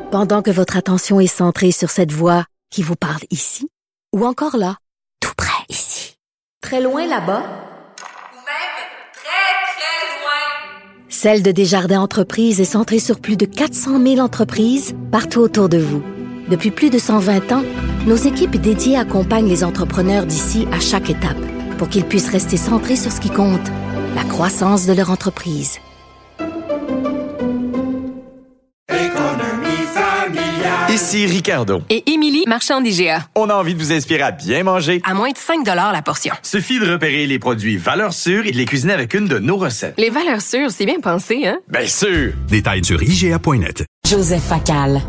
Pendant que votre attention est centrée sur cette voix qui vous parle ici, ou encore là, tout près ici, très loin là-bas, ou même très, très loin. Celle de Desjardins Entreprises est centrée sur plus de 400 000 entreprises partout autour de vous. Depuis plus de 120 ans, nos équipes dédiées accompagnent les entrepreneurs d'ici à chaque étape pour qu'ils puissent rester centrés sur ce qui compte, la croissance de leur entreprise. Ici Ricardo. Et Émilie, marchand d'IGA. On a envie de vous inspirer à bien manger. À moins de 5 $ la portion. Suffit de repérer les produits valeurs sûres et de les cuisiner avec une de nos recettes. Les valeurs sûres, c'est bien pensé, hein? Bien sûr! Détails sur IGA.net. Joseph Facal.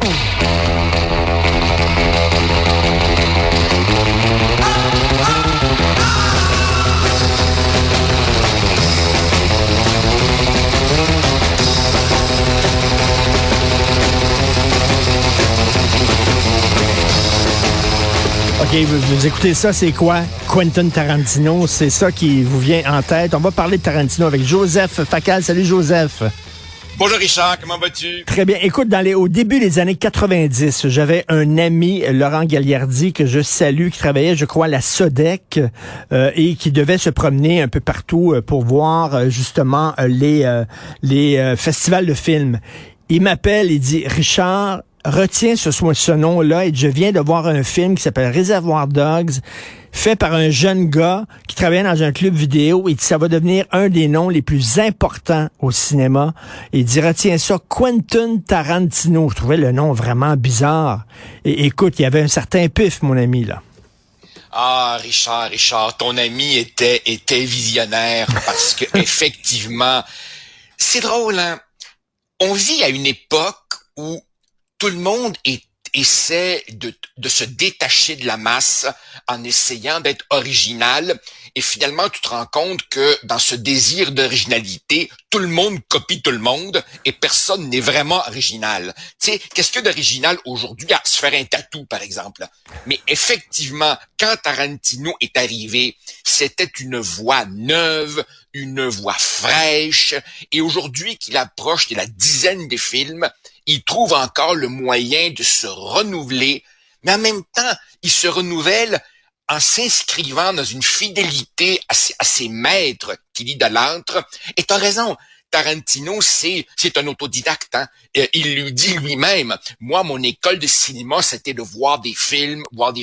OK, vous écoutez ça, c'est quoi? Quentin Tarantino, c'est ça qui vous vient en tête. On va parler de Tarantino avec Joseph Facal. Salut, Joseph. Bonjour Richard, comment vas-tu? Très bien. Écoute, au début des années 90, j'avais un ami, Laurent Gagliardi, que je salue, qui travaillait, je crois, à la Sodec et qui devait se promener un peu partout pour voir justement les festivals de films. Il m'appelle, il dit, Richard, retiens ce nom-là, et je viens de voir un film qui s'appelle Reservoir Dogs, fait par un jeune gars qui travaillait dans un club vidéo, et ça va devenir un des noms les plus importants au cinéma. Et il dit, retiens ça, Quentin Tarantino. Je trouvais le nom vraiment bizarre. Et écoute, il y avait un certain pif, mon ami, là. Ah, Richard, ton ami était visionnaire parce que effectivement, c'est drôle, hein? On vit à une époque où tout le monde essaie de se détacher de la masse en essayant d'être original, et finalement tu te rends compte que dans ce désir d'originalité, tout le monde copie tout le monde et personne n'est vraiment original. Tu sais, qu'est-ce qu'il y a d'original aujourd'hui à se faire un tatou, par exemple? Mais effectivement, quand Tarantino est arrivé, c'était une voix neuve, une voix fraîche, et aujourd'hui qu'il approche de la dizaine des films, il trouve encore le moyen de se renouveler, mais en même temps, il se renouvelle en s'inscrivant dans une fidélité à ses maîtres qu'il idolâtre. Et t'as raison, Tarantino, c'est un autodidacte, hein. Il lui dit lui-même, moi, mon école de cinéma, c'était de voir des films.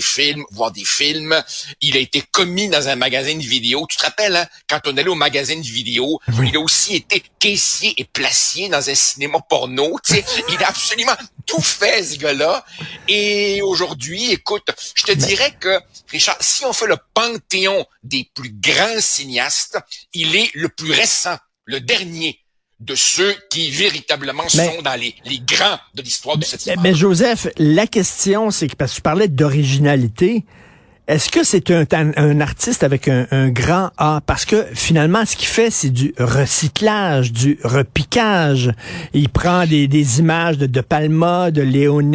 Il a été commis dans un magasin de vidéo. Tu te rappelles, hein, quand on allait au magasin de vidéo, oui. Il a aussi été caissier et placier dans un cinéma porno. Tu sais, il a absolument tout fait, ce gars-là. Et aujourd'hui, écoute, je te dirais que, Richard, si on fait le panthéon des plus grands cinéastes, il est le plus récent, le dernier de ceux qui véritablement sont dans les grands de l'histoire du 7e art. Mais Joseph, la question, c'est que, parce que tu parlais d'originalité, est-ce que c'est un artiste avec un grand A? Parce que finalement, ce qu'il fait, c'est du recyclage, du repiquage. Il prend des images de Palma, de Leone,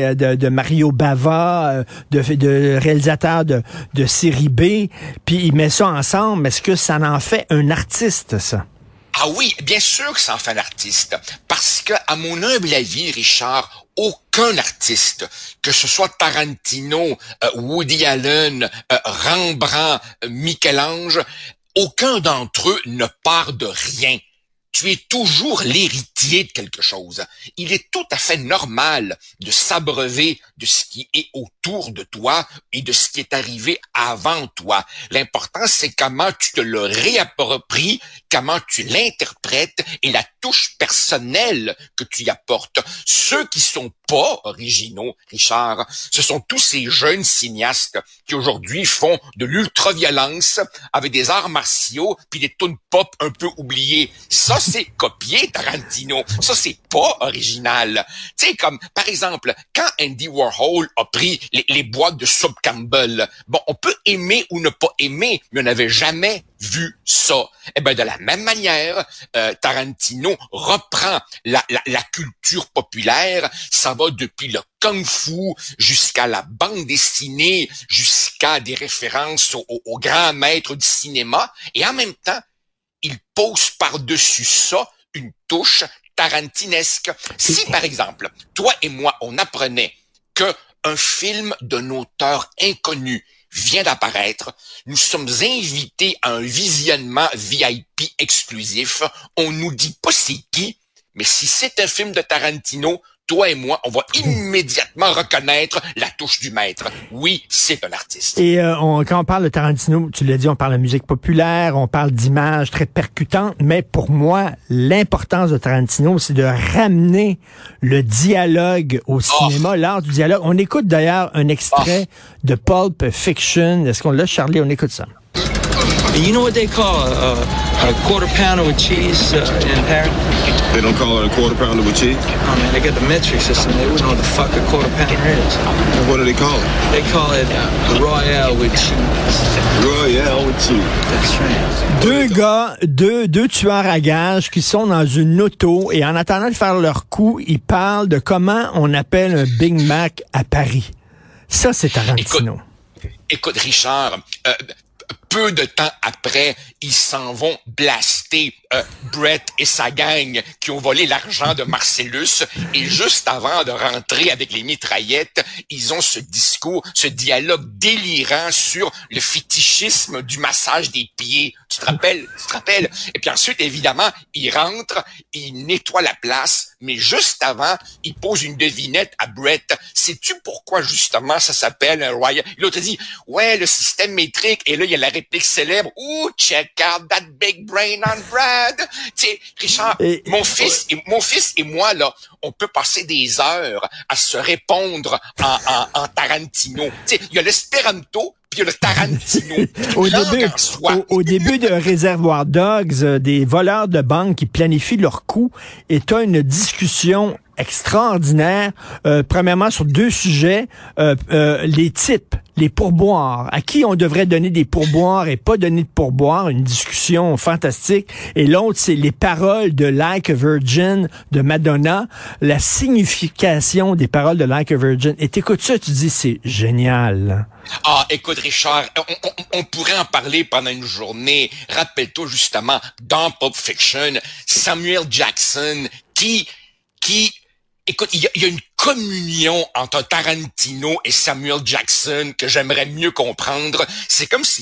de Mario Bava, de réalisateurs de série B, puis il met ça ensemble. Est-ce que ça en fait un artiste, ça? Ah oui, bien sûr que ça en fait un artiste. Parce que, à mon humble avis, Richard, aucun artiste, que ce soit Tarantino, Woody Allen, Rembrandt, Michel-Ange, aucun d'entre eux ne part de rien. Tu es toujours l'héritier de quelque chose. Il est tout à fait normal de s'abreuver de ce qui est autour de toi et de ce qui est arrivé avant toi. L'important, c'est comment tu te le réappropries, comment tu l'interprètes et la touche personnelle que tu y apportes. Ceux qui sont pas originaux, Richard, ce sont tous ces jeunes cinéastes qui aujourd'hui font de l'ultra-violence avec des arts martiaux puis des tunes pop un peu oubliées. Ça, c'est copier Tarantino. Ça, c'est pas original. Tu sais, comme, par exemple, quand Andy Warhol a pris les boîtes de soupe Campbell, bon, on peut aimer ou ne pas aimer, mais on n'avait jamais vu ça. Eh ben, de la même manière, Tarantino reprend la culture populaire. Ça va depuis le kung-fu jusqu'à la bande dessinée, jusqu'à des références aux grands maîtres du cinéma. Et en même temps, il pose par-dessus ça une touche tarantinesque. Si, par exemple, toi et moi, on apprenait que un film d'un auteur inconnu vient d'apparaître, nous sommes invités à un visionnement VIP exclusif. On nous dit pas c'est qui, mais si c'est un film de Tarantino, toi et moi, on va immédiatement reconnaître la touche du maître. Oui, c'est un artiste. Et quand on parle de Tarantino, tu l'as dit, on parle de musique populaire, on parle d'images très percutantes, mais pour moi, l'importance de Tarantino, c'est de ramener le dialogue au cinéma, l'art du dialogue. On écoute d'ailleurs un extrait de Pulp Fiction. Est-ce qu'on l'a, Charlie? On écoute ça. And you know what they call a quarter pounder with cheese in Paris? They don't call it a quarter pounder with cheese? Oh man, they got the metric system. They wouldn't know what the fuck a quarter pounder is. What do they call it? They call it Royale with cheese. Royale with cheese. That's right. Deux gars, deux tueurs à gages qui sont dans une auto et en attendant de faire leur coup, ils parlent de comment on appelle un Big Mac à Paris. Ça, c'est Tarantino. Écoute Richard, peu de temps après, ils s'en vont blaster Brett et sa gang qui ont volé l'argent de Marcellus. Et juste avant de rentrer avec les mitraillettes, ils ont ce discours, ce dialogue délirant sur le fétichisme du massage des pieds. Tu te rappelles? Et puis ensuite, évidemment, ils rentrent, ils nettoient la place, mais juste avant, ils posent une devinette à Brett. Sais-tu pourquoi, justement, ça s'appelle un Royal? L'autre dit, ouais, le système métrique. Et là, il y a la réplique célèbre, ooh, check out that big brain on Brad. Tu sais, Richard, mon fils et moi, là, on peut passer des heures à se répondre en Tarantino. Tu sais, il y a l'espéranto, puis il y a le Tarantino. Au début de Reservoir Dogs, des voleurs de banque qui planifient leur coup, et t'as une discussion extraordinaire, premièrement sur deux sujets, les types, les pourboires, à qui on devrait donner des pourboires et pas donner de pourboires, une discussion fantastique, et l'autre c'est les paroles de Like a Virgin de Madonna, la signification des paroles de Like a Virgin, et t'écoutes ça, tu dis c'est génial. Ah, écoute Richard, on pourrait en parler pendant une journée. Rappelle-toi justement, dans Pulp Fiction, Samuel Jackson qui écoute, il y a une communion entre Tarantino et Samuel Jackson que j'aimerais mieux comprendre. C'est comme si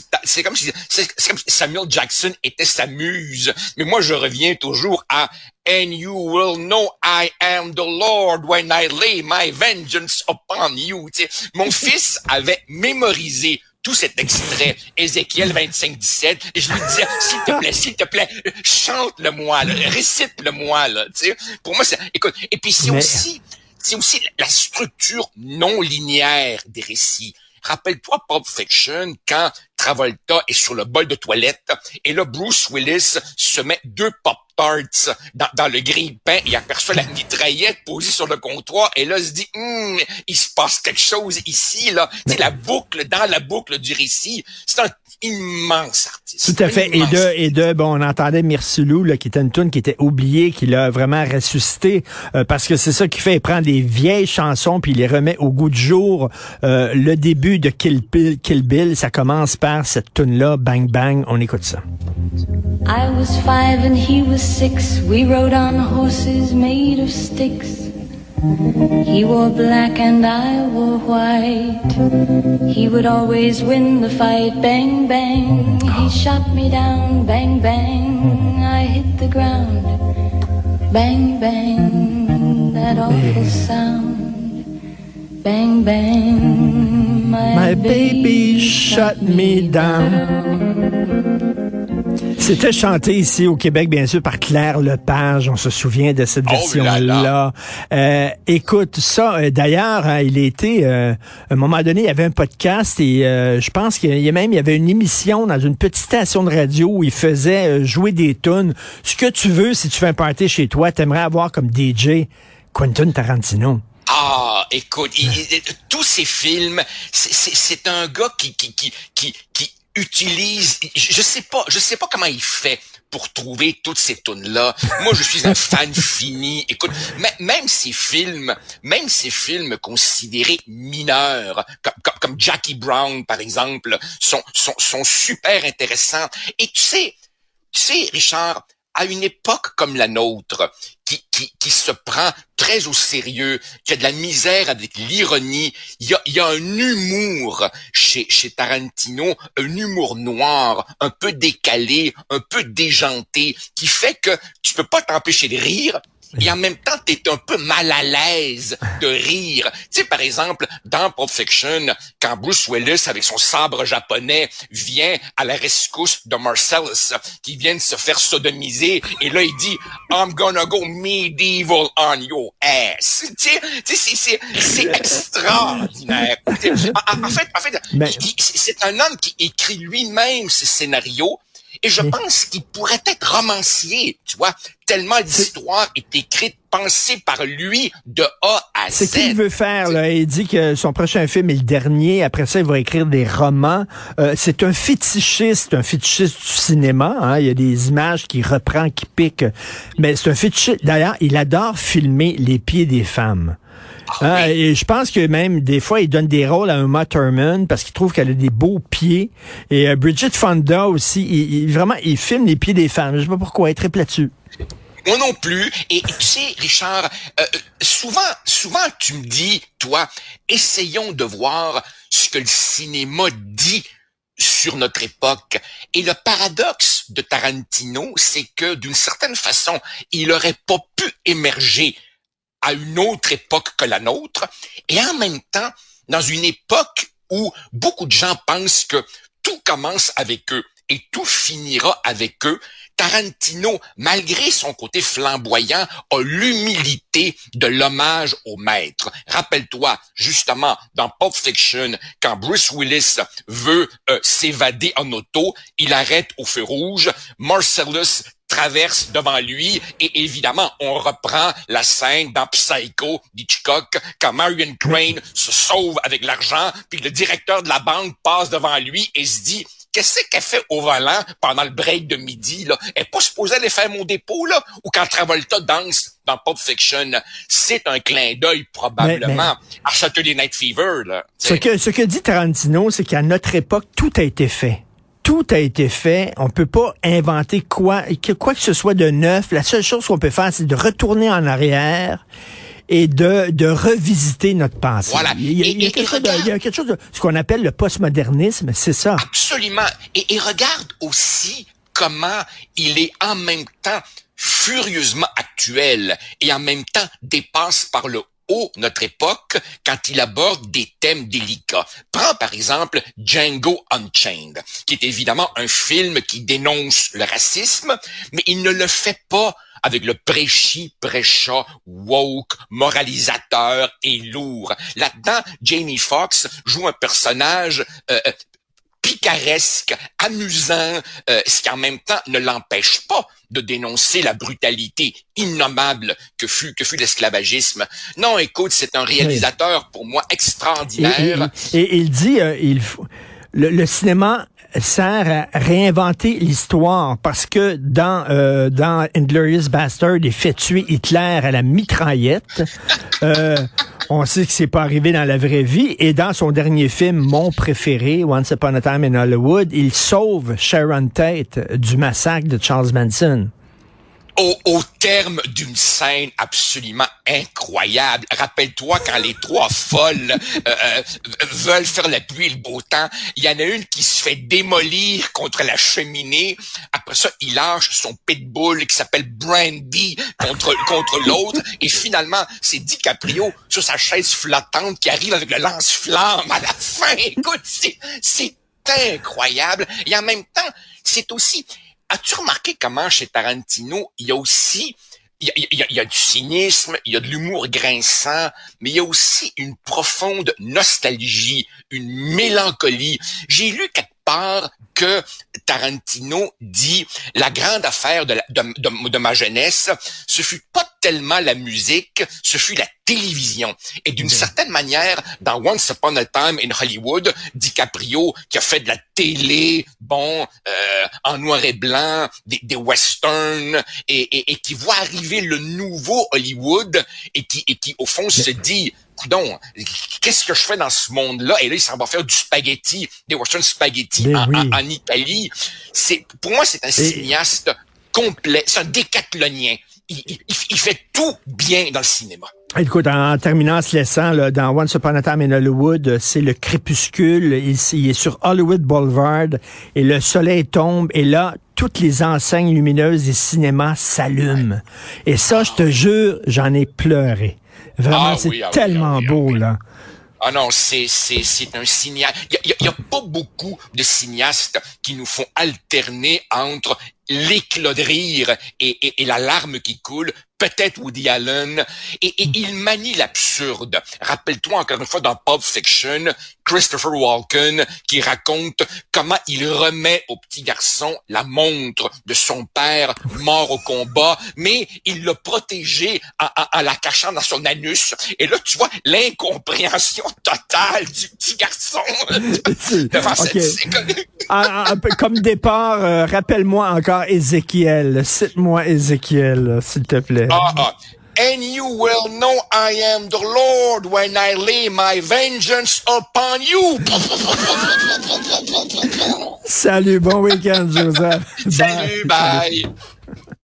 Samuel Jackson était sa muse. Mais moi, je reviens toujours à And you will know I am the Lord when I lay my vengeance upon you. T'sais, mon fils avait mémorisé tout cet extrait, Ézéchiel 25-17, et je lui disais, s'il te plaît, chante-le-moi, là, récite-le-moi, là, tu sais. Pour moi, écoute, et puis c'est aussi la structure non linéaire des récits. Rappelle-toi Pulp Fiction, quand Travolta est sur le bol de toilette, et là, Bruce Willis se met 2 Pop-Tarts dans le grille-pain, il aperçoit la mitraillette posée sur le comptoir, et là, il se dit, il se passe quelque chose ici, là. Tu sais, dans la boucle du récit, c'est un immense artiste. Tout à fait. On entendait Myrsulou, là, qui était une toune qui était oubliée, qui l'a vraiment ressuscité, parce que c'est ça qu'il fait. Il prend des vieilles chansons, puis il les remet au goût du jour. Le début de Kill Bill, ça commence par cette toune-là, Bang Bang. On écoute ça. I was 5 and he was 6. We rode on horses made of sticks. He wore black and I wore white. He would always win the fight. Bang, bang. He shot me down. Bang, bang. I hit the ground. Bang, bang. That awful sound. Bang, bang. My baby shut me down. C'était chanté ici au Québec, bien sûr, par Claire Lepage. On se souvient de cette version-là. Écoute, ça, d'ailleurs, il était, à un moment donné, il y avait un podcast et je pense qu'il y avait une émission dans une petite station de radio où il faisait jouer des tunes. Ce que tu veux, si tu fais un party chez toi, t'aimerais avoir comme DJ Quentin Tarantino. Ah, écoute, tous ces films, c'est un gars qui utilise, je sais pas comment il fait pour trouver toutes ces tunes-là. Moi, je suis un fan fini. Écoute, même ces films considérés mineurs, comme Jackie Brown, par exemple, sont super intéressants. Et tu sais, Richard, à une époque comme la nôtre, qui se prend très au sérieux, qui a de la misère avec l'ironie. Il y a un humour chez Tarantino, un humour noir, un peu décalé, un peu déjanté, qui fait que tu peux pas t'empêcher de rire. Et en même temps, t'es un peu mal à l'aise de rire. Tu sais, par exemple, dans Pulp Fiction, quand Bruce Willis, avec son sabre japonais, vient à la rescousse de Marcellus, qui vient de se faire sodomiser, et là, il dit « I'm gonna go medieval on your ass ». Tu sais, c'est extraordinaire. En fait, c'est un homme qui écrit lui-même ses scénarios, et je pense qu'il pourrait être romancier, tu vois, tellement l'histoire est écrite, pensée par lui de A à Z. C'est qu'il veut faire, là. Il dit que son prochain film est le dernier. Après ça, il va écrire des romans. C'est un fétichiste du cinéma. Hein. Il y a des images qu'il reprend, qui piquent. Mais c'est un fétichiste. D'ailleurs, il adore filmer les pieds des femmes. Oui. Et je pense que même des fois, il donne des rôles à Uma Thurman parce qu'il trouve qu'elle a des beaux pieds. Et Bridget Fonda aussi, il filme les pieds des femmes. Je sais pas pourquoi, il est très là-dessus. Moi non plus. Et tu sais, Richard, souvent tu me dis, toi, essayons de voir ce que le cinéma dit sur notre époque. Et le paradoxe de Tarantino, c'est que d'une certaine façon, il aurait pas pu émerger à une autre époque que la nôtre, et en même temps, dans une époque où beaucoup de gens pensent que tout commence avec eux et tout finira avec eux, Tarantino, malgré son côté flamboyant, a l'humilité de l'hommage au maître. Rappelle-toi, justement, dans Pulp Fiction, quand Bruce Willis veut s'évader en auto, il arrête au feu rouge, Marcellus traverse devant lui, et évidemment, on reprend la scène dans Psycho d'Hitchcock, quand Marion Crane se sauve avec l'argent, puis le directeur de la banque passe devant lui et se dit « Qu'est-ce qu'elle fait au volant pendant le break de midi, là? Elle n'est pas supposée aller faire mon dépôt, là? » Ou quand Travolta danse dans Pulp Fiction, c'est un clin d'œil, probablement, à Saturday Night Fever, là. Ce que dit Tarantino, c'est qu'à notre époque, tout a été fait. Tout a été fait. On peut pas inventer quoi que ce soit de neuf. La seule chose qu'on peut faire, c'est de retourner en arrière et de revisiter notre passé. Voilà. Il y a quelque chose de ce qu'on appelle le postmodernisme, c'est ça. Absolument. Et regarde aussi comment il est en même temps furieusement actuel et en même temps dépasse par le haut notre époque quand il aborde des thèmes délicats. Prends par exemple Django Unchained, qui est évidemment un film qui dénonce le racisme, mais il ne le fait pas avec le prêcha, woke, moralisateur et lourd. Là-dedans, Jamie Foxx joue un personnage picaresque, amusant, ce qui en même temps ne l'empêche pas de dénoncer la brutalité innommable que fut l'esclavagisme. Non, écoute, c'est un réalisateur pour moi extraordinaire. Et il dit, le cinéma sert à réinventer l'histoire parce que dans Inglourious Bastard, il fait tuer Hitler à la mitraillette. On sait que c'est pas arrivé dans la vraie vie. Et dans son dernier film, mon préféré, Once Upon a Time in Hollywood, il sauve Sharon Tate du massacre de Charles Manson. Au terme d'une scène absolument incroyable. Rappelle-toi quand les trois folles veulent faire la pluie et le beau temps, il y en a une qui se fait démolir contre la cheminée. Après ça, il lâche son pitbull qui s'appelle Brandy contre l'autre. Et finalement, c'est DiCaprio sur sa chaise flottante qui arrive avec le lance-flamme à la fin. Écoute, c'est incroyable. Et en même temps, c'est aussi... As-tu remarqué comment chez Tarantino, il y a aussi, il y a du cynisme, il y a de l'humour grinçant, mais il y a aussi une profonde nostalgie, une mélancolie. J'ai lu quelque part que Tarantino dit la grande affaire de ma jeunesse, ce fut pas tellement la musique, ce fut la télévision. Et d'une certaine manière, dans Once Upon a Time in Hollywood, DiCaprio, qui a fait de la télé, en noir et blanc, des westerns, et qui voit arriver le nouveau Hollywood, et qui au fond se dit, coudonc, qu'est-ce que je fais dans ce monde-là? Et là, il s'en va faire du spaghetti, des western spaghetti en Italie. Pour moi, c'est un cinéaste complet, c'est un décathlonien. il fait tout bien dans le cinéma. Écoute, en terminant, en se laissant, là, dans Once Upon a Time in Hollywood, c'est le crépuscule, il est sur Hollywood Boulevard, et le soleil tombe, et là, toutes les enseignes lumineuses des cinémas s'allument. Et ça, je te jure, j'en ai pleuré. Vraiment, c'est tellement beau, là. Ah non, c'est un cinéaste. Il y a pas beaucoup de cinéastes qui nous font alterner entre l'éclat de rire et la larme qui coule. Peut-être Woody Allen, et il manie l'absurde. Rappelle-toi encore une fois dans Pulp Fiction, Christopher Walken qui raconte comment il remet au petit garçon la montre de son père mort au combat, mais il l'a protégé en la cachant dans son anus. Et là, tu vois l'incompréhension totale du petit garçon devant cette séquence. Comme départ, rappelle-moi encore Ézéchiel. Cite-moi Ézéchiel, s'il te plaît. And you will know I am the Lord when I lay my vengeance upon you. Salut, bon week-end, Joseph. Salut, bye.